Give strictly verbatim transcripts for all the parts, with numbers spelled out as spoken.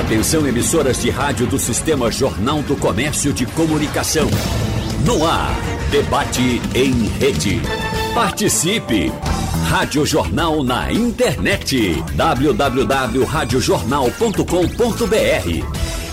Atenção, emissoras de rádio do Sistema Jornal do Comércio de Comunicação. No ar, debate em rede. Participe! Rádio Jornal na internet. w w w ponto rádio jornal ponto com ponto b r.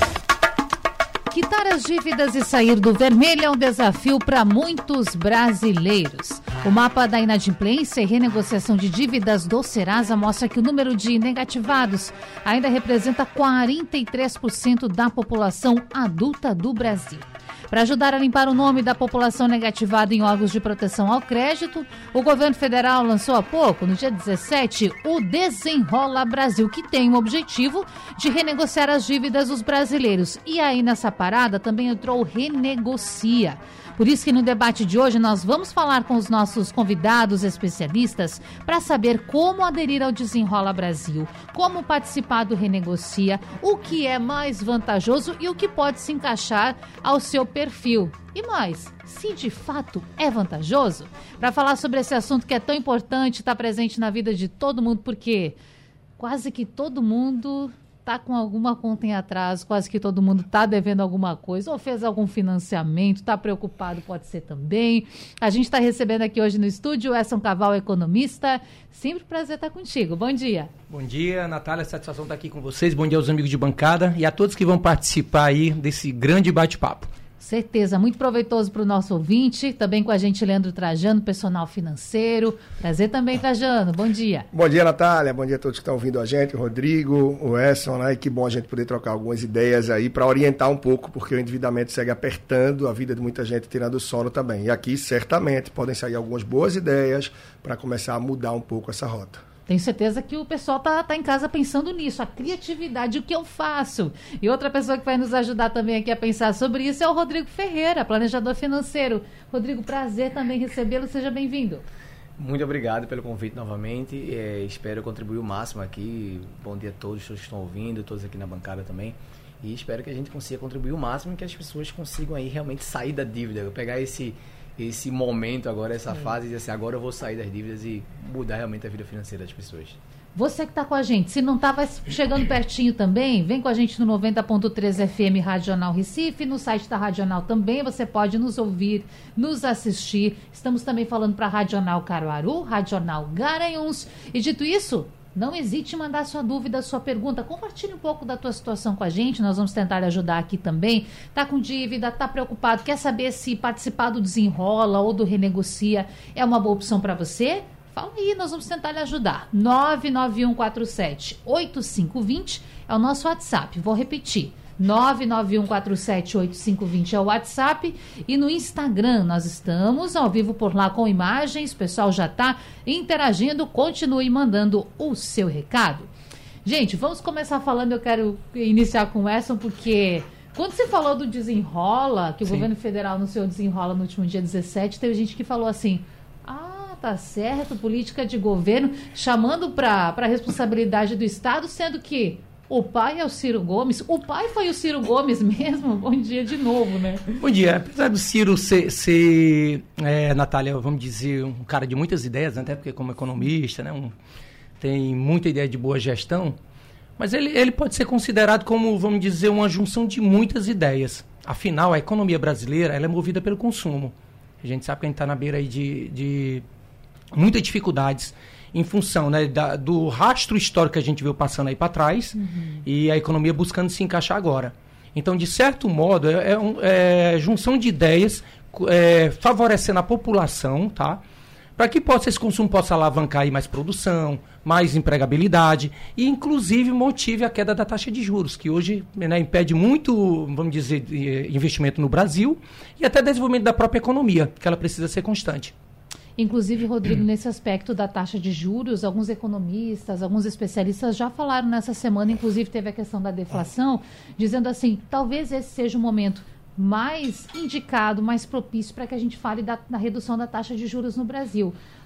Quitar as dívidas e sair do vermelho é um desafio para muitos brasileiros. O mapa da inadimplência e renegociação de dívidas do Serasa mostra que o número de negativados ainda representa quarenta e três por cento da população adulta do Brasil. Para ajudar a limpar o nome da população negativada em órgãos de proteção ao crédito, o governo federal lançou há pouco, no dia dezessete, o Desenrola Brasil, que tem o objetivo de renegociar as dívidas dos brasileiros. E aí nessa parada também entrou o Renegocia. Por isso que no debate de hoje nós vamos falar com os nossos convidados especialistas para saber como aderir ao Desenrola Brasil, como participar do Renegocia, o que é mais vantajoso e o que pode se encaixar ao seu perfil. E mais, se de fato é vantajoso? Para falar sobre esse assunto que é tão importante, está presente na vida de todo mundo, porque quase que todo mundo está com alguma conta em atraso, quase que todo mundo está devendo alguma coisa, ou fez algum financiamento, está preocupado, pode ser também. A gente está recebendo aqui hoje no estúdio o Esson Caval, economista. Sempre um prazer estar contigo. Bom dia. Bom dia, Natália, satisfação estar aqui com vocês. Bom dia aos amigos de bancada e a todos que vão participar aí desse grande bate-papo. Certeza, muito proveitoso para o nosso ouvinte. Também com a gente, Leandro Trajano, personal financeiro. Prazer também, Trajano. Bom dia. Bom dia, Natália. Bom dia a todos que estão ouvindo a gente, o Rodrigo, o Esson, né? E que bom a gente poder trocar algumas ideias aí para orientar um pouco, porque o endividamento segue apertando a vida de muita gente, tirando o sono também. E aqui, certamente, podem sair algumas boas ideias para começar a mudar um pouco essa rota. Tenho certeza que o pessoal tá, tá em casa pensando nisso, a criatividade, o que eu faço. E outra pessoa que vai nos ajudar também aqui a pensar sobre isso é o Rodrigo Ferreira, planejador financeiro. Rodrigo, prazer também recebê-lo, seja bem-vindo. Muito obrigado pelo convite novamente, é, espero contribuir o máximo aqui. Bom dia a todos, todos que estão ouvindo, todos aqui na bancada também. E espero que a gente consiga contribuir o máximo e que as pessoas consigam aí realmente sair da dívida, pegar esse... esse momento agora, essa fase, de assim, agora eu vou sair das dívidas e mudar realmente a vida financeira das pessoas. Você que está com a gente, se não estava chegando pertinho também, vem com a gente no noventa ponto três F M Rádio Jornal Recife, no site da Rádio Jornal também, você pode nos ouvir, nos assistir. Estamos também falando para a Rádio Jornal Caruaru, Rádio Jornal Garanhuns. E dito isso, não hesite em mandar sua dúvida, sua pergunta. Compartilhe um pouco da tua situação com a gente. Nós vamos tentar ajudar aqui também. Tá com dívida, tá preocupado, quer saber se participar do Desenrola ou do Renegocia é uma boa opção para você? Fala aí, nós vamos tentar lhe ajudar. nove nove um quatro sete oito cinco dois zero é o nosso WhatsApp. Vou repetir. nove nove um quatro sete oito cinco dois zero é o WhatsApp. E no Instagram nós estamos ao vivo por lá com imagens. O pessoal já está interagindo. Continue mandando o seu recado. Gente, vamos começar falando. Eu quero iniciar com o Esson, porque quando você falou do Desenrola, que o Sim. governo federal anunciou Desenrola no último dia dezessete, teve gente que falou assim: ah, tá certo, política de governo, chamando para a responsabilidade do Estado, sendo que o pai é o Ciro Gomes. O pai foi o Ciro Gomes mesmo? Bom dia de novo, né? Bom dia. Apesar do Ciro ser, ser é, Natália, vamos dizer, um cara de muitas ideias, até porque como economista, né, um, tem muita ideia de boa gestão, mas ele, ele pode ser considerado como, vamos dizer, uma junção de muitas ideias. Afinal, a economia brasileira ela é movida pelo consumo. A gente sabe que a gente está na beira aí de, de muitas dificuldades em função, né, da, do rastro histórico que a gente veio passando aí para trás, uhum. e a economia buscando se encaixar agora. Então, de certo modo, é, é, um, é junção de ideias é, favorecendo a população, tá? Para que possa, esse consumo possa alavancar aí mais produção, mais empregabilidade e, inclusive, motive a queda da taxa de juros, que hoje, né, impede muito, vamos dizer, investimento no Brasil e até desenvolvimento da própria economia, que ela precisa ser constante. Inclusive, Rodrigo, nesse aspecto da taxa de juros, alguns economistas, alguns especialistas já falaram nessa semana, inclusive teve a questão da deflação, dizendo assim, talvez esse seja o momento mais indicado, mais propício para que a gente fale da, da redução da taxa de juros no Brasil.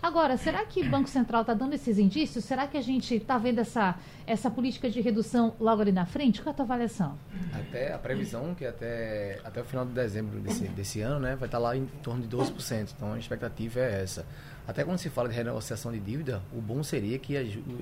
Agora, será que o Banco Central está dando esses indícios? Será que a gente está vendo essa, essa política de redução logo ali na frente? Qual é a tua avaliação? Até a previsão que até, até o final de dezembro desse, desse ano, né, vai estar lá em torno de doze por cento. Então a expectativa é essa. Até quando se fala de renegociação de dívida, o bom seria que a,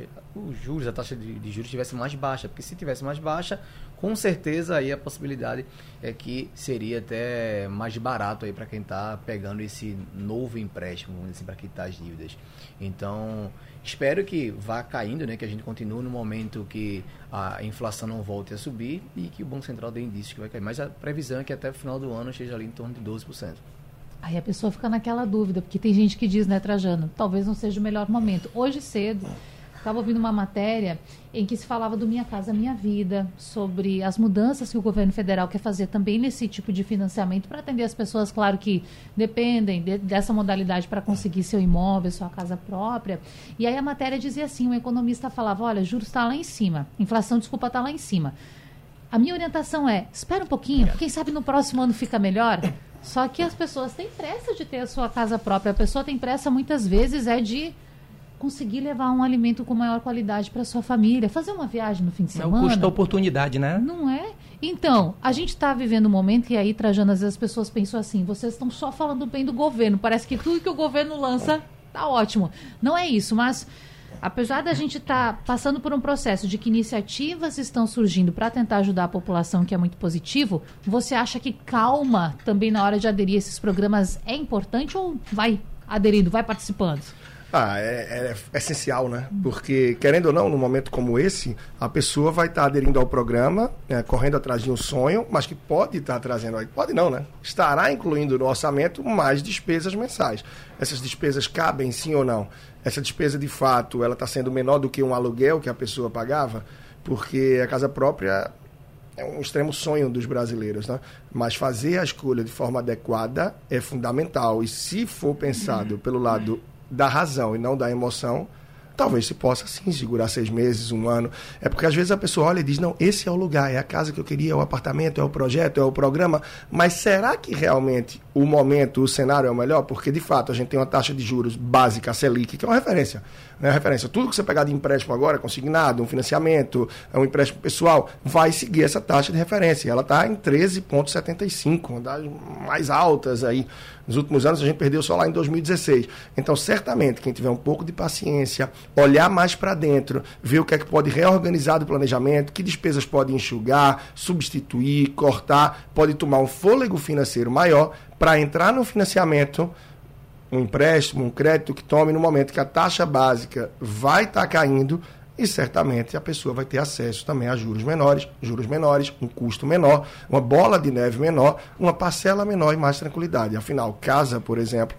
os juros, a taxa de, de juros estivesse mais baixa, porque se tivesse mais baixa, com certeza aí a possibilidade é que seria até mais barato aí para quem está pegando esse novo empréstimo, assim, para quitar as dívidas. Então, espero que vá caindo, né, que a gente continue no momento que a inflação não volte a subir e que o Banco Central dê indícios que vai cair. Mas a previsão é que até o final do ano esteja ali em torno de doze por cento. Aí a pessoa fica naquela dúvida, porque tem gente que diz, né, Trajano, talvez não seja o melhor momento. Hoje cedo, estava ouvindo uma matéria em que se falava do Minha Casa Minha Vida, sobre as mudanças que o governo federal quer fazer também nesse tipo de financiamento para atender as pessoas, claro, que dependem de, dessa modalidade para conseguir seu imóvel, sua casa própria. E aí a matéria dizia assim, um economista falava, olha, juros está lá em cima, inflação, desculpa, está lá em cima. A minha orientação é, espera um pouquinho, quem sabe no próximo ano fica melhor. Só que as pessoas têm pressa de ter a sua casa própria. A pessoa tem pressa, muitas vezes, é de conseguir levar um alimento com maior qualidade para sua família, fazer uma viagem no fim de semana. É o custo da oportunidade, né? Não é? Então, a gente está vivendo um momento e aí, Trajano, às vezes as pessoas pensam assim, vocês estão só falando bem do governo, parece que tudo que o governo lança tá ótimo. Não é isso, mas apesar da gente estar tá passando por um processo de que iniciativas estão surgindo para tentar ajudar a população, que é muito positivo, você acha que calma também na hora de aderir a esses programas é importante ou vai aderindo, vai participando? Ah, é, é essencial, né? Porque, querendo ou não, num momento como esse, a pessoa vai estar tá aderindo ao programa, né, correndo atrás de um sonho, mas que pode estar tá trazendo, pode não, né? Estará incluindo no orçamento mais despesas mensais. Essas despesas cabem sim ou não? Essa despesa, de fato, ela está sendo menor do que um aluguel que a pessoa pagava, porque a casa própria é um extremo sonho dos brasileiros, né? Mas fazer a escolha de forma adequada é fundamental. E se for pensado pelo lado da razão e não da emoção, talvez se possa sim segurar seis meses, um ano. É porque às vezes a pessoa olha e diz, não, esse é o lugar, é a casa que eu queria, é o apartamento, é o projeto, é o programa, mas será que realmente o momento, o cenário é o melhor? Porque de fato a gente tem uma taxa de juros básica, a Selic, que é uma referência, né? Uma referência. Tudo que você pegar de empréstimo agora, consignado, um financiamento, um empréstimo pessoal, vai seguir essa taxa de referência. Ela está em treze vírgula setenta e cinco, uma das mais altas aí. Nos últimos anos a gente perdeu só lá em dois mil e dezesseis. Então, certamente, quem tiver um pouco de paciência, olhar mais para dentro, ver o que é que pode reorganizar do planejamento, que despesas pode enxugar, substituir, cortar, pode tomar um fôlego financeiro maior para entrar no financiamento, um empréstimo, um crédito que tome no momento que a taxa básica vai estar tá caindo e certamente a pessoa vai ter acesso também a juros menores, juros menores, um custo menor, uma bola de neve menor, uma parcela menor e mais tranquilidade. Afinal, casa, por exemplo,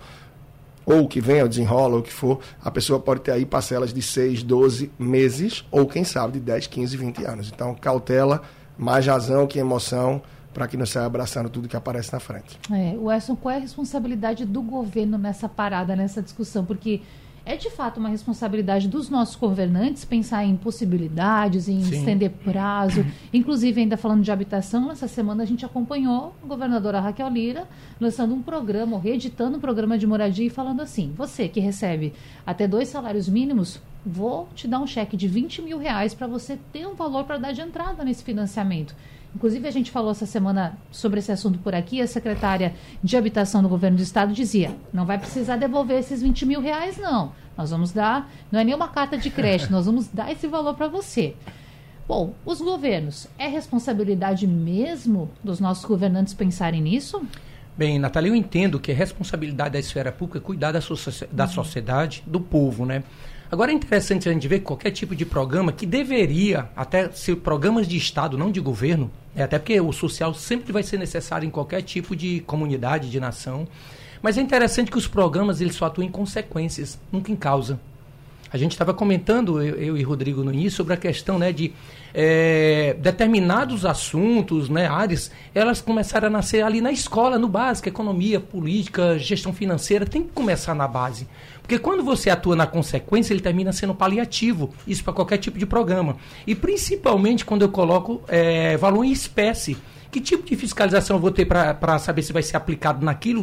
ou que venha, ou desenrola, ou o que for, a pessoa pode ter aí parcelas de seis, doze meses, ou quem sabe de dez, quinze, vinte anos. Então, cautela, mais razão que emoção, para que não saia abraçando tudo que aparece na frente. É, Wesson, qual é a responsabilidade do governo nessa parada, nessa discussão? Porque é de fato uma responsabilidade dos nossos governantes pensar em possibilidades, em Sim. estender prazo. Inclusive, ainda falando de habitação, essa semana a gente acompanhou a governadora Raquel Lira lançando um programa, reeditando um programa de moradia e falando assim, você que recebe até dois salários mínimos, vou te dar um cheque de vinte mil reais para você ter um valor para dar de entrada nesse financiamento. Inclusive, a gente falou essa semana sobre esse assunto por aqui, a secretária de Habitação do Governo do Estado dizia, não vai precisar devolver esses vinte mil reais, não. Nós vamos dar, não é nenhuma carta de crédito, nós vamos dar esse valor para você. Bom, os governos, é responsabilidade mesmo dos nossos governantes pensarem nisso? Bem, Natália, eu entendo que é responsabilidade da esfera pública cuidar da, so- da sociedade, do povo, né? Agora é interessante a gente ver que qualquer tipo de programa que deveria até ser programas de Estado, não de governo, é, até porque o social sempre vai ser necessário em qualquer tipo de comunidade, de nação, mas é interessante que os programas eles só atuam em consequências, nunca em causa. A gente estava comentando, eu, eu e Rodrigo no início, sobre a questão, né, de é, determinados assuntos, né, áreas, elas começaram a nascer ali na escola, no básico, economia, política, gestão financeira, tem que começar na base. Porque quando você atua na consequência, ele termina sendo paliativo, isso para qualquer tipo de programa. E principalmente quando eu coloco é, valor em espécie. Que tipo de fiscalização eu vou ter para saber se vai ser aplicado naquilo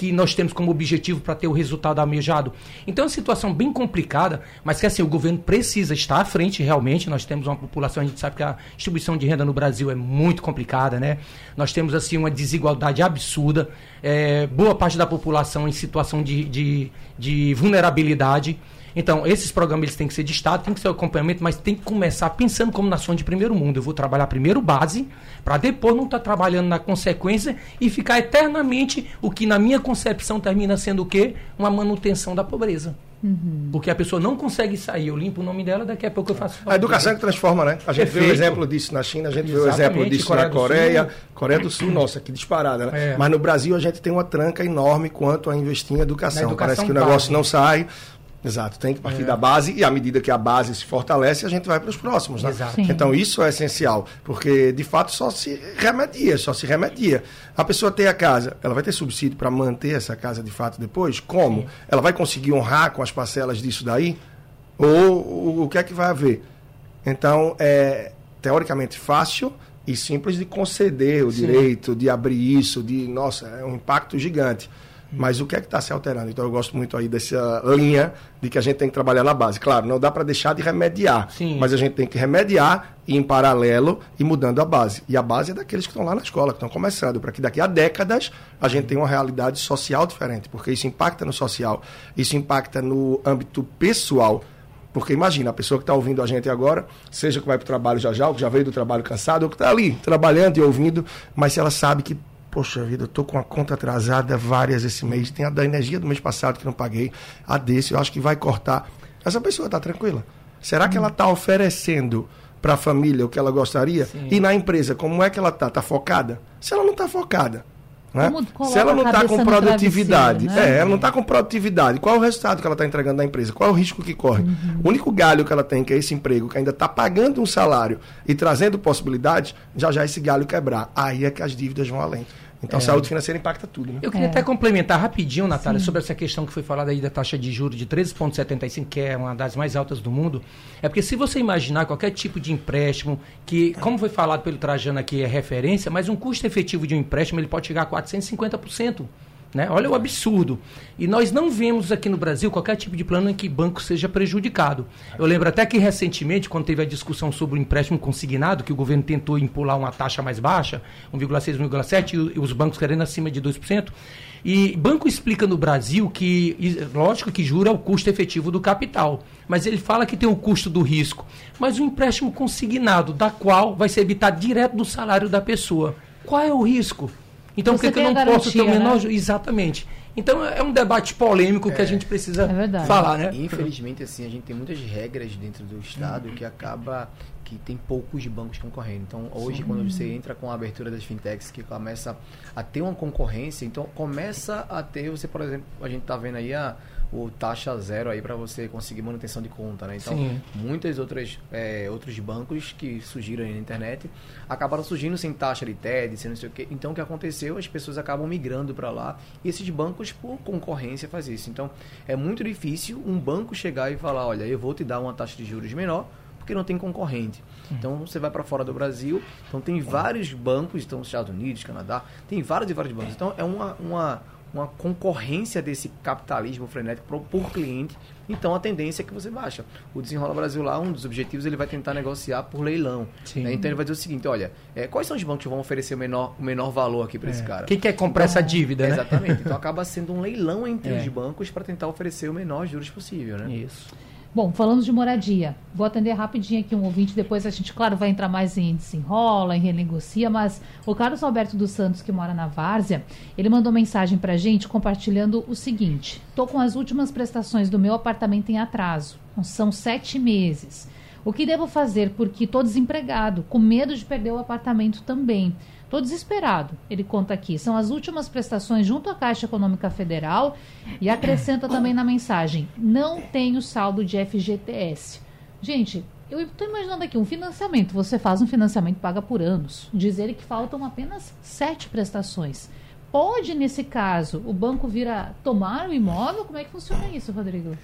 que nós temos como objetivo para ter o resultado almejado. Então é uma situação bem complicada, mas que assim, o governo precisa estar à frente realmente. Nós temos uma população, a gente sabe que a distribuição de renda no Brasil é muito complicada, né? Nós temos assim uma desigualdade absurda, é, boa parte da população em situação de, de, de vulnerabilidade. Então, esses programas eles têm que ser de Estado, tem que ser o acompanhamento, mas tem que começar pensando como nação de primeiro mundo. Eu vou trabalhar primeiro base, para depois não estar tá trabalhando na consequência e ficar eternamente o que na minha concepção termina sendo o quê? Uma manutenção da pobreza. Uhum. Porque a pessoa não consegue sair, eu limpo o nome dela, daqui a pouco eu faço... A educação que transforma, né? A gente Perfeito. vê o exemplo disso na China, a gente Exatamente. vê o exemplo disso Coreia na Coreia, Coreia do Sul, nossa, que disparada, né? É. Mas no Brasil a gente tem uma tranca enorme quanto a investir em educação. educação Parece que o negócio base. não sai... Exato, tem que partir é. da base e à medida que a base se fortalece, a gente vai para os próximos, né? Exato. Então isso é essencial, porque de fato só se remedia, só se remedia. A pessoa tem a casa, ela vai ter subsídio para manter essa casa de fato depois? Como? Sim. Ela vai conseguir honrar com as parcelas disso daí? Ou o, o que é que vai haver? Então, é teoricamente fácil e simples de conceder o Sim. direito, de abrir isso, de, nossa, é um impacto gigante. Mas o que é que está se alterando? Então eu gosto muito aí dessa linha de que a gente tem que trabalhar na base. Claro, não dá para deixar de remediar, Sim. mas a gente tem que remediar e em paralelo e mudando a base. E a base é daqueles que estão lá na escola, que estão começando, para que daqui a décadas a gente tenha uma realidade social diferente, porque isso impacta no social, isso impacta no âmbito pessoal. Porque imagina, a pessoa que está ouvindo a gente agora, seja que vai para o trabalho já já, ou que já veio do trabalho cansado, ou que está ali trabalhando e ouvindo, mas se ela sabe que poxa vida, eu estou com a conta atrasada várias esse mês, tem a da energia do mês passado que não paguei, a desse, eu acho que vai cortar. Essa pessoa está tranquila? Será que ela está oferecendo para a família o que ela gostaria? Sim. E na empresa, como é que ela está? Está focada? Se ela não está focada, né? Se ela não está com produtividade, né? é, ela não está com produtividade, qual é o resultado que ela está entregando na empresa? Qual é o risco que corre? Uhum. O único galho que ela tem, que é esse emprego, que ainda está pagando um salário e trazendo possibilidades, já já esse galho quebrar. Aí é que as dívidas vão além. Então, é. saúde financeira impacta tudo, né? Eu queria é. até complementar rapidinho, Natália, Sim. sobre essa questão que foi falada aí da taxa de juros de treze vírgula setenta e cinco, que é uma das mais altas do mundo. É porque se você imaginar qualquer tipo de empréstimo, que, como foi falado pelo Trajano aqui, é referência, mas um custo efetivo de um empréstimo ele pode chegar a quatrocentos e cinquenta por cento. Né? Olha o absurdo. E nós não vemos aqui no Brasil qualquer tipo de plano em que banco seja prejudicado. Eu lembro até que recentemente, quando teve a discussão sobre o empréstimo consignado, que o governo tentou impular uma taxa mais baixa, um vírgula seis, um vírgula sete, e os bancos querendo acima de dois por cento. E banco explica no Brasil que, lógico que juro é o custo efetivo do capital, mas ele fala que tem o custo do risco. Mas o empréstimo consignado, da qual vai ser evitado direto do salário da pessoa. Qual é o risco? Então, por que eu não garantia, posso ter o menor... Né? Exatamente. Então, é um debate polêmico é, que a gente precisa é falar, né? Infelizmente, assim, a gente tem muitas regras dentro do Estado uhum. que acaba que tem poucos bancos concorrendo. Então, hoje, Sim. quando você entra com a abertura das fintechs, que começa a ter uma concorrência, então começa a ter, você, por exemplo, a gente está vendo aí a... o taxa zero aí para você conseguir manutenção de conta, né? Então, Sim. muitas outras é, outros bancos que surgiram aí na internet acabaram surgindo sem taxa de T E D, sem não sei o quê. Então, o que aconteceu? As pessoas acabam migrando para lá e esses bancos, por concorrência, fazem isso. Então, é muito difícil um banco chegar e falar, olha, eu vou te dar uma taxa de juros menor porque não tem concorrente. Hum. Então, você vai para fora do Brasil, então tem vários bancos, então, Estados Unidos, Canadá, tem vários e vários bancos. Então, é uma... uma uma concorrência desse capitalismo frenético por, por cliente, então a tendência é que você baixa. O Desenrola Brasil lá, um dos objetivos, ele vai tentar negociar por leilão. Né? Então ele vai dizer o seguinte, olha, é, quais são os bancos que vão oferecer o menor, o menor valor aqui para é. esse cara? Quem quer comprar então, essa dívida, né? Exatamente. Então acaba sendo um leilão entre é. os bancos para tentar oferecer o menor juros possível, né? Isso. Bom, falando de moradia, vou atender rapidinho aqui um ouvinte, depois a gente, claro, vai entrar mais em desenrola, em renegocia, mas o Carlos Alberto dos Santos, que mora na Várzea, ele mandou mensagem pra gente compartilhando o seguinte: tô com as últimas prestações do meu apartamento em atraso, são sete meses. O que devo fazer? Porque tô desempregado, com medo de perder o apartamento também. Estou desesperado, ele conta aqui. São as últimas prestações junto à Caixa Econômica Federal e acrescenta também na mensagem, não tenho saldo de F G T S. Gente, eu estou imaginando aqui um financiamento. Você faz um financiamento, paga por anos. Diz ele que faltam apenas sete prestações. Pode, nesse caso, o banco vir a tomar o imóvel? Como é que funciona isso, Rodrigo?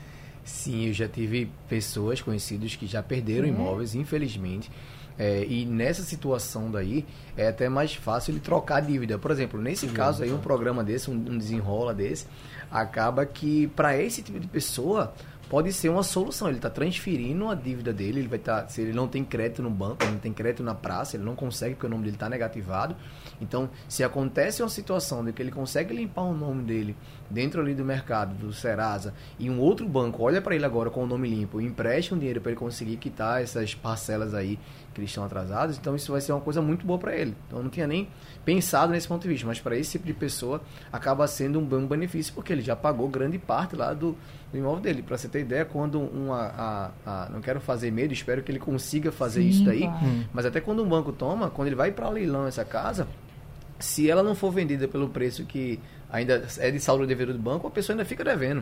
Sim, eu já tive pessoas conhecidas que já perderam uhum. imóveis, infelizmente. É, e nessa situação daí, é até mais fácil ele trocar a dívida. Por exemplo, nesse uhum. caso aí, um programa desse, um, um desenrola desse, acaba que para esse tipo de pessoa pode ser uma solução. Ele está transferindo a dívida dele, ele vai estar, tá, se ele não tem crédito no banco, ele não tem crédito na praça, ele não consegue porque o nome dele está negativado. Então, se acontece uma situação de que ele consegue limpar o nome dele dentro ali do mercado, do Serasa, e um outro banco olha para ele agora com o nome limpo e empresta um dinheiro para ele conseguir quitar essas parcelas aí que eles estão atrasados, então isso vai ser uma coisa muito boa para ele. Então, eu não tinha nem pensado nesse ponto de vista, mas para esse tipo de pessoa acaba sendo um bom benefício, porque ele já pagou grande parte lá do, do imóvel dele. Para você ter ideia, quando uma... A, a, não quero fazer medo, espero que ele consiga fazer Sim, isso daí, claro. Mas até quando um banco toma, quando ele vai para leilão essa casa, se ela não for vendida pelo preço que ainda é de saldo devedor do banco, a pessoa ainda fica devendo.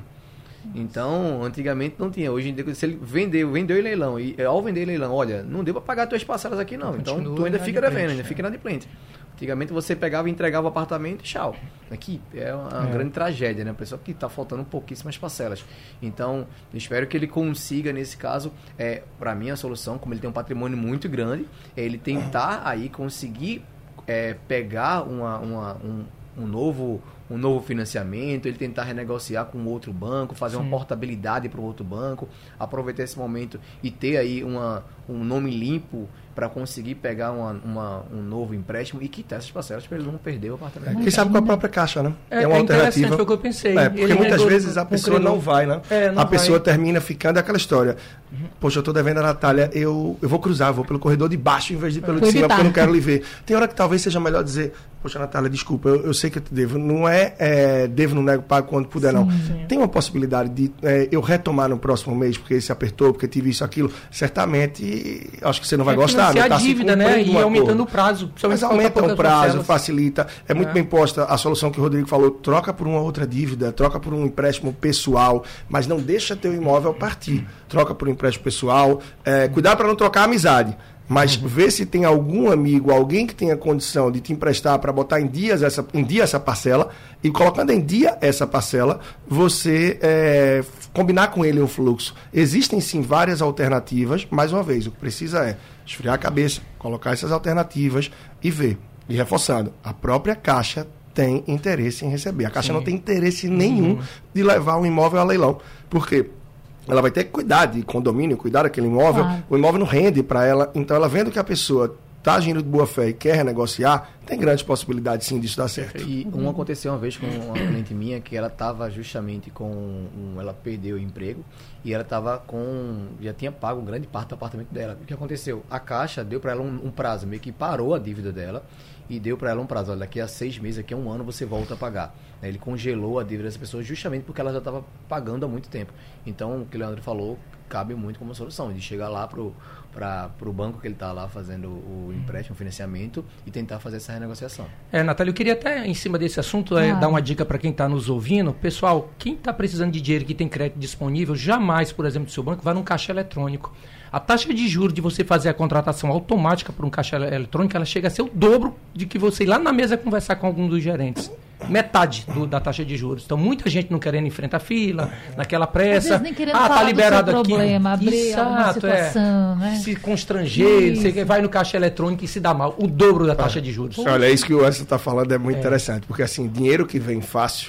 Então, antigamente não tinha. Hoje em dia, se ele vendeu, vendeu em leilão, e ao vender em leilão, olha, não deu para pagar as tuas parcelas aqui não. Então, tu ainda fica devendo, ainda fica inadimplente. Antigamente você pegava e entregava o apartamento e tchau. Aqui é uma é. grande tragédia, né? A pessoa que está faltando pouquíssimas parcelas. Então, espero que ele consiga, nesse caso, é, para mim a solução, como ele tem um patrimônio muito grande, é ele tentar aí conseguir é, pegar uma, uma, um, um novo... um novo financiamento, ele tentar renegociar com outro banco, fazer Sim. uma portabilidade para o outro banco, aproveitar esse momento e ter aí uma, um nome limpo para conseguir pegar uma, uma, um novo empréstimo e quitar essas parcelas para ele não perder o apartamento. É, quem sabe com a própria Caixa, né? É, é uma é alternativa. Foi o que eu pensei. É, porque ele muitas vezes a pessoa não vai, né? É, não a pessoa vai. termina ficando, é aquela história. Uhum. Poxa, eu estou devendo a Natália, eu, eu vou cruzar, eu vou pelo corredor de baixo em vez de pelo de cima, porque eu não quero lhe ver. Tem hora que talvez seja melhor dizer, poxa, Natália, desculpa, eu, eu sei que eu te devo. Não é, é devo, não nego, pago quando puder, sim, não. Sim. Tem uma possibilidade de é, eu retomar no próximo mês, porque se apertou, porque tive isso, aquilo. Certamente, acho que você não vai é gostar. Né? Tá a dívida, né? E aumentando o prazo. Mas aumenta o prazo, facilita. É muito é. bem posta a solução que o Rodrigo falou. Troca por uma outra dívida, troca por um empréstimo pessoal, mas não deixa teu imóvel partir. Troca por um empréstimo pessoal. É, cuidado para não trocar a amizade. Mas uhum. vê se tem algum amigo, alguém que tenha condição de te emprestar para botar em, dias essa, em dia essa parcela, e colocando em dia essa parcela, você é, combinar com ele um fluxo. Existem sim várias alternativas, mais uma vez, o que precisa é esfriar a cabeça, colocar essas alternativas e ver. E reforçando, a própria Caixa tem interesse em receber. A Caixa sim. não tem interesse nenhum uhum. de levar um imóvel a leilão. Por quê? Ela vai ter que cuidar de condomínio, cuidar daquele imóvel. Claro. O imóvel não rende para ela. Então, ela vendo que a pessoa está agindo de boa fé e quer renegociar, tem grandes possibilidades, sim, disso dar certo. E um aconteceu uma vez com uma cliente minha que ela estava justamente com... Um, ela perdeu o emprego e ela estava com... Já tinha pago grande parte do apartamento dela. O que aconteceu? A Caixa deu para ela um, um prazo, meio que parou a dívida dela e deu para ela um prazo. Olha, daqui a seis meses, daqui a um ano, você volta a pagar. Ele congelou a dívida dessa pessoa justamente porque ela já estava pagando há muito tempo. Então, o que o Leandro falou cabe muito como solução, de chegar lá pro para o banco que ele está lá fazendo o empréstimo, o financiamento, e tentar fazer essa renegociação. É, Natália, eu queria até, em cima desse assunto, é, ah. dar uma dica para quem está nos ouvindo. Pessoal, quem está precisando de dinheiro que tem crédito disponível, jamais, por exemplo, do seu banco, vá num caixa eletrônico. A taxa de juros de você fazer a contratação automática por um caixa eletrônico, ela chega a ser o dobro de que você ir lá na mesa conversar com algum dos gerentes. Metade do, da taxa de juros. Então, muita gente não querendo enfrentar fila, naquela pressa. Nem querendo ah, tá liberado aqui. Problema, abrir Exato, situação, é. né? Se constranger, você vai no caixa eletrônico e se dá mal. O dobro da taxa de juros. Olha, isso que o Anderson está falando é muito é. interessante, porque assim, dinheiro que vem fácil,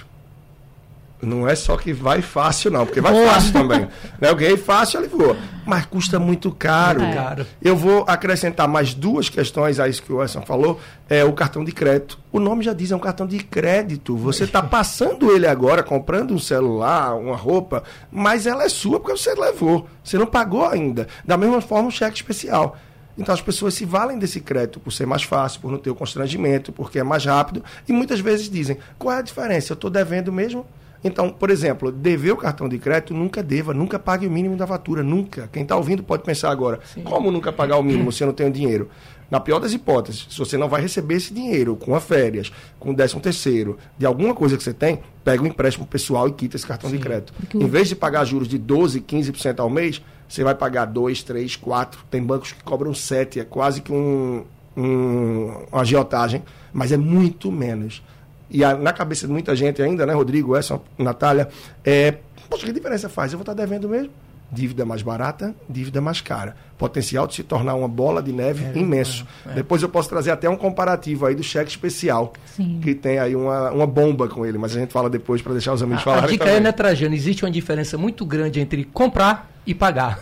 não é só que vai fácil, não, porque vai Boa. fácil também. Né? Eu ganhei fácil, ele voa. Mas custa muito caro. É. caro. Eu vou acrescentar mais duas questões a isso que o Anderson falou. É o cartão de crédito. O nome já diz, é um cartão de crédito. Você está passando ele agora, comprando um celular, uma roupa, mas ela é sua porque você levou. Você não pagou ainda. Da mesma forma, um cheque especial. Então, as pessoas se valem desse crédito por ser mais fácil, por não ter o constrangimento, porque é mais rápido. E muitas vezes dizem, qual é a diferença? Eu estou devendo mesmo? Então, por exemplo, dever o cartão de crédito, nunca deva, nunca pague o mínimo da fatura, nunca. Quem está ouvindo pode pensar agora, Sim. como nunca pagar o mínimo se eu não tenho dinheiro? Na pior das hipóteses, se você não vai receber esse dinheiro com as férias, com o décimo terceiro, de alguma coisa que você tem, pega um empréstimo pessoal e quita esse cartão Sim. de crédito. Porque... Em vez de pagar juros de doze, quinze por cento ao mês, você vai pagar dois, três, quatro, tem bancos que cobram sete, é quase que um, um, uma agiotagem, mas é muito menos. e a, na cabeça de muita gente ainda, né, Rodrigo, essa, Natália, é, poxa, que diferença faz? Eu vou estar devendo mesmo? Dívida mais barata, dívida mais cara. Potencial de se tornar uma bola de neve é, imenso. É, é. Depois eu posso trazer até um comparativo aí do cheque especial, Sim. que tem aí uma, uma bomba com ele, mas a gente fala depois para deixar os amigos a, falarem. A dica também. é, né, Trajano, existe uma diferença muito grande entre comprar e pagar.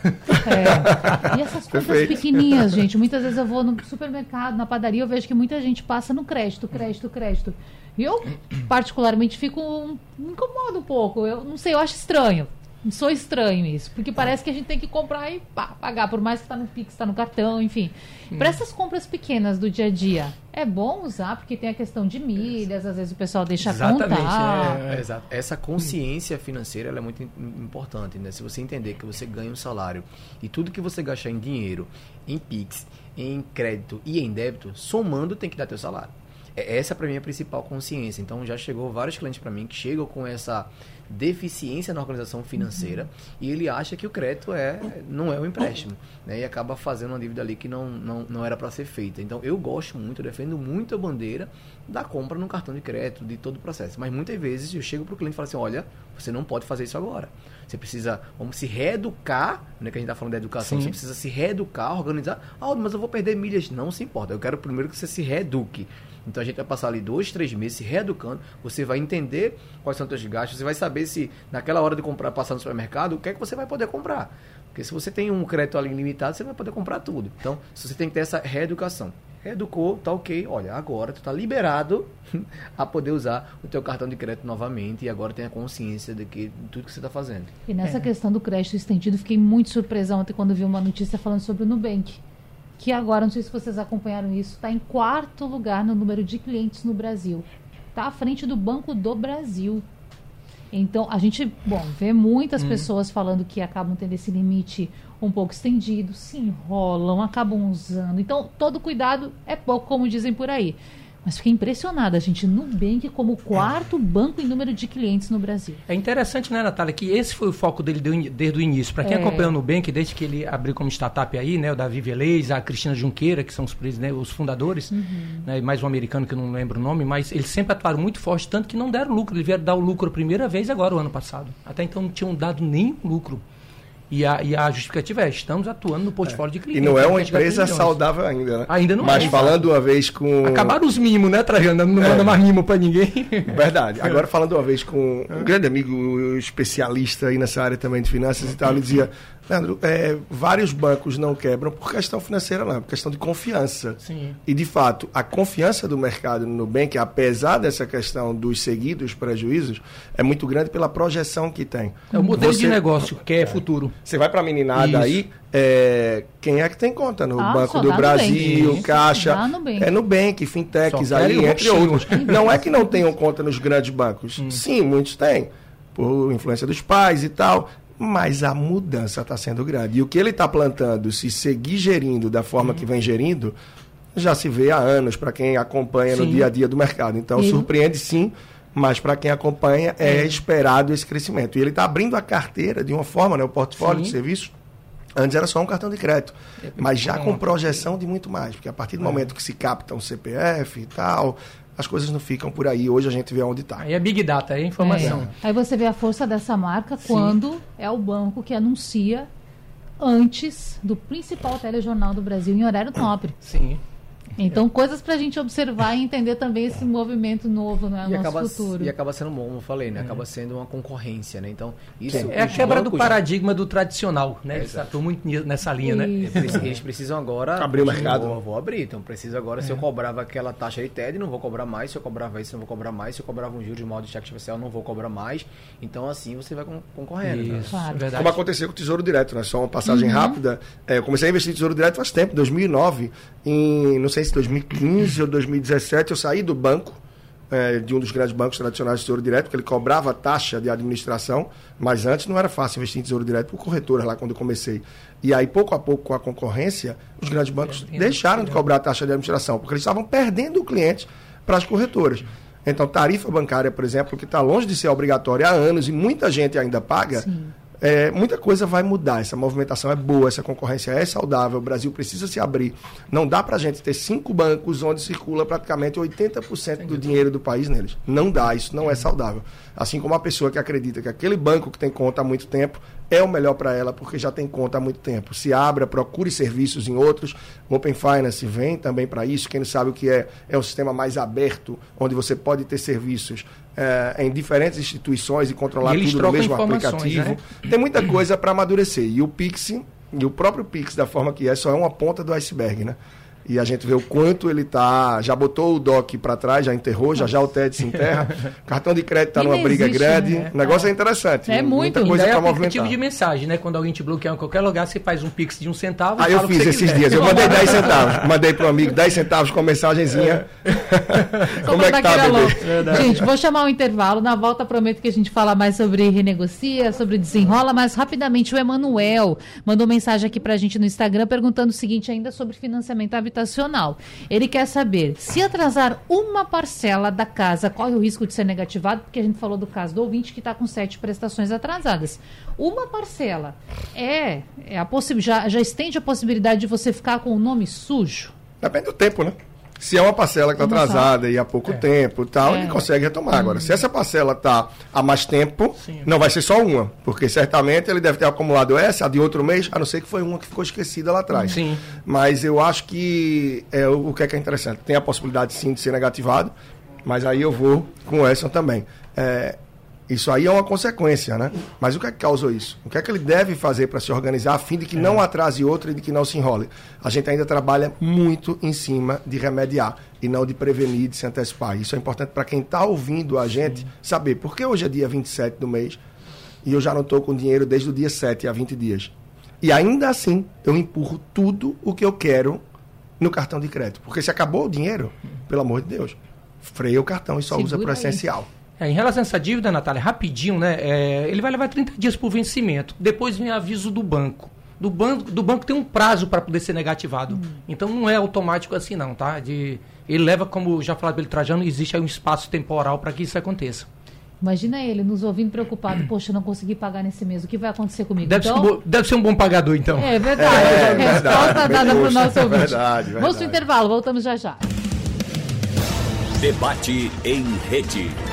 É. E essas compras Perfeito. pequenininhas, gente, muitas vezes eu vou no supermercado, na padaria, eu vejo que muita gente passa no crédito, crédito, crédito. E eu, particularmente, fico, me incomodo um pouco. Eu não sei, eu acho estranho. Sou estranho isso, porque parece que a gente tem que comprar e pá, pagar, por mais que está no Pix, está no cartão, enfim. Hum. Para essas compras pequenas do dia a dia, é bom usar, porque tem a questão de milhas, às vezes o pessoal deixa Exatamente, contar. É, é, exato. Essa consciência financeira ela é muito importante, né? Se você entender que você ganha um salário e tudo que você gastar em dinheiro, em Pix, em crédito e em débito, somando tem que dar teu salário. Essa para mim é a principal consciência. Então já chegou vários clientes para mim que chegam com essa deficiência na organização financeira uhum. e ele acha que o crédito é, não é um empréstimo, né? E acaba fazendo uma dívida ali que não, não, não era para ser feita. Então eu gosto muito, eu defendo muito a bandeira da compra no cartão de crédito, de todo o processo. Mas muitas vezes eu chego para o cliente e falo assim, olha, você não pode fazer isso agora. Você precisa, vamos se reeducar, né, que a gente está falando da educação, Sim. você precisa se reeducar, organizar. Ah, mas eu vou perder milhas. Não se importa, eu quero primeiro que você se reeduque. Então a gente vai passar ali dois, três meses se reeducando, você vai entender quais são os seus gastos, você vai saber se naquela hora de comprar, passar no supermercado, o que é que você vai poder comprar. Porque se você tem um crédito ali ilimitado, você vai poder comprar tudo. Então, você tem que ter essa reeducação. Reeducou, tá ok, olha, agora tu tá liberado a poder usar o teu cartão de crédito novamente e agora tem a consciência de, que, de tudo que você está fazendo. E nessa é. questão do crédito estendido, fiquei muito surpresa ontem quando vi uma notícia falando sobre o Nubank. Que agora, não sei se vocês acompanharam isso, está em quarto lugar no número de clientes no Brasil. Está à frente do Banco do Brasil. Então, a gente, bom, vê muitas hum. pessoas falando que acabam tendo esse limite um pouco estendido, se enrolam, acabam usando. Então, todo cuidado é pouco, como dizem por aí. Mas fiquei impressionada, gente, Nubank como o quarto banco em número de clientes no Brasil. É interessante, né, Natália, que esse foi o foco dele desde o início. Para quem é. acompanha o Nubank, desde que ele abriu como startup aí, né, o Davi Velez, a Cristina Junqueira, que são os, né, os fundadores, uhum. né, mais um americano que eu não lembro o nome, mas eles sempre atuaram muito forte, tanto que não deram lucro. Eles vieram dar o lucro a primeira vez agora, o ano passado. Até então não tinham dado nenhum lucro. E a, e a justificativa é, estamos atuando no portfólio é. de clientes. E não é uma empresa saudável ainda, né? Ainda não Mas é. Mas falando uma vez com... Acabaram os mimos, né, Trajano? Não é. manda mais mimo pra ninguém. Verdade. Agora falando uma vez com um grande amigo especialista aí nessa área também de finanças e tal, ele dizia, Leandro, é, vários bancos não quebram por questão financeira, não, por questão de confiança. Sim. E, de fato, a confiança do mercado no Nubank, apesar dessa questão dos seguidos prejuízos, é muito grande pela projeção que tem. É o modelo Você, de negócio, que é, é futuro. Você vai para a meninada Isso. aí, é, quem é que tem conta no ah, Banco do Brasil, Nubank. Caixa, Nubank. é Nubank, Fintechs aí, entre outros. Não é que não tenham conta nos grandes bancos. Hum. Sim, muitos têm, por influência dos pais e tal. Mas a mudança está sendo grande. E o que ele está plantando, se seguir gerindo da forma uhum. que vem gerindo, já se vê há anos para quem acompanha sim. no dia a dia do mercado. Então, e... surpreende sim, mas para quem acompanha é, é esperado esse crescimento. E ele está abrindo a carteira de uma forma, né, o portfólio sim. de serviço. Antes era só um cartão de crédito, é mas já com projeção de muito mais. Porque a partir do é. momento que se capta um C P F e tal... as coisas não ficam por aí. Hoje a gente vê onde está. Aí é Big Data, é informação. É. Aí você vê a força dessa marca Sim. quando é o banco que anuncia antes do principal telejornal do Brasil em horário nobre. Sim. Então, coisas para a gente observar e entender também esse movimento novo, né, no nosso acaba, futuro. E acaba sendo bom, como eu falei, né? Acaba sendo uma concorrência, né? Então, isso... É a quebra bancos... do paradigma do tradicional, né? É, Estou muito nessa linha, isso. né? Eles precisam agora... Abrir o mercado. Vou, vou abrir, então preciso agora, é. se eu cobrava aquela taxa de T E D, não vou cobrar mais. Se eu cobrava isso, não vou cobrar mais. Se eu cobrava um juros de modo de cheque especial, não vou cobrar mais. Então, assim, você vai concorrendo. Isso, né? Claro. Verdade. Como aconteceu com o Tesouro Direto, né? Só uma passagem uhum. rápida. É, eu comecei a investir em Tesouro Direto faz tempo, dois mil e nove. Em, não sei se dois mil e quinze ou dois mil e dezessete, eu saí do banco, é, de um dos grandes bancos tradicionais de Tesouro Direto, porque ele cobrava taxa de administração, mas antes não era fácil investir em Tesouro Direto por corretoras lá quando eu comecei. E aí, pouco a pouco, com a concorrência, os grandes bancos é, deixaram de cobrar taxa de administração, porque eles estavam perdendo o cliente para as corretoras. Então, tarifa bancária, por exemplo, que está longe de ser obrigatória há anos e muita gente ainda paga, Sim. É, muita coisa vai mudar, essa movimentação é boa, essa concorrência é saudável, o Brasil precisa se abrir. Não dá pra gente ter cinco bancos onde circula praticamente oitenta por cento do dinheiro do país neles. Não dá, isso não é saudável. Assim como a pessoa que acredita que aquele banco que tem conta há muito tempo é o melhor para ela, porque já tem conta há muito tempo. Se abra, procure serviços em outros. O Open Finance vem também para isso. Quem não sabe o que é, é um sistema mais aberto, onde você pode ter serviços é, em diferentes instituições e controlar e tudo no mesmo aplicativo. Né? Tem muita coisa para amadurecer. E o Pix, e o próprio Pix, da forma que é, só é uma ponta do iceberg, né? E a gente vê o quanto ele tá... Já botou o D O C para trás, já enterrou, já já o T E D se enterra. Cartão de crédito está numa briga existe, grande. Né? O negócio é, é interessante. É muito. Muita coisa para movimentar. É aplicativo de mensagem, né? Quando alguém te bloquear em qualquer lugar, você faz um Pix de um centavo. Ah, eu fiz esses quiser. dias. Eu mandei dez centavos. Mandei para um amigo dez centavos com mensagenzinha. É. Como é que tá, bebê? Gente, vou chamar o intervalo. Na volta, prometo que a gente fala mais sobre renegocia, sobre desenrola, mas rapidamente o Emanuel mandou mensagem aqui pra gente no Instagram perguntando o seguinte ainda sobre financiamento habitacional. Ele quer saber, se atrasar uma parcela da casa, corre o risco de ser negativado? Porque a gente falou do caso do ouvinte que está com sete prestações atrasadas. Uma parcela é, é a possi- já, já estende a possibilidade de você ficar com o nome sujo? Depende do tempo, né? Se é uma parcela que está atrasada sabe? e há pouco é. tempo e tal, é. ele consegue retomar. Agora, hum. se essa parcela está há mais tempo, Sim. não vai ser só uma, porque certamente ele deve ter acumulado essa, a de outro mês, a não ser que foi uma que ficou esquecida lá atrás. Sim. Mas eu acho que é, o que é que é interessante. Tem a possibilidade, sim, de ser negativado, mas aí eu vou com o Edson também. É, isso aí é uma consequência, né? Mas o que é que causou isso? O que é que ele deve fazer para se organizar a fim de que é. não atrase outra e de que não se enrole? A gente ainda trabalha muito em cima de remediar e não de prevenir, de se antecipar. Isso é importante para quem está ouvindo a gente Sim. saber. Porque hoje é dia vinte e sete do mês e eu já não estou com dinheiro desde o dia sete há vinte dias. E ainda assim eu empurro tudo o que eu quero no cartão de crédito. Porque se acabou o dinheiro, pelo amor de Deus, freia o cartão e só Segura usa para o essencial. É, em relação a essa dívida, Natália, rapidinho, né? É, ele vai levar trinta dias para o vencimento. Depois vem aviso do banco. Do banco, do banco tem um prazo para poder ser negativado. Hum. Então não é automático assim, não, tá? De, ele leva, como já falado pelo Trajano, existe aí um espaço temporal para que isso aconteça. Imagina ele nos ouvindo preocupado, poxa, não consegui pagar nesse mês, o que vai acontecer comigo? Deve, então... ser, deve ser um bom pagador, então. É verdade. É, é resposta verdade, dada para o nosso ouvinte. Verdade, verdade. Vamos para o intervalo, voltamos já já. Debate em rede.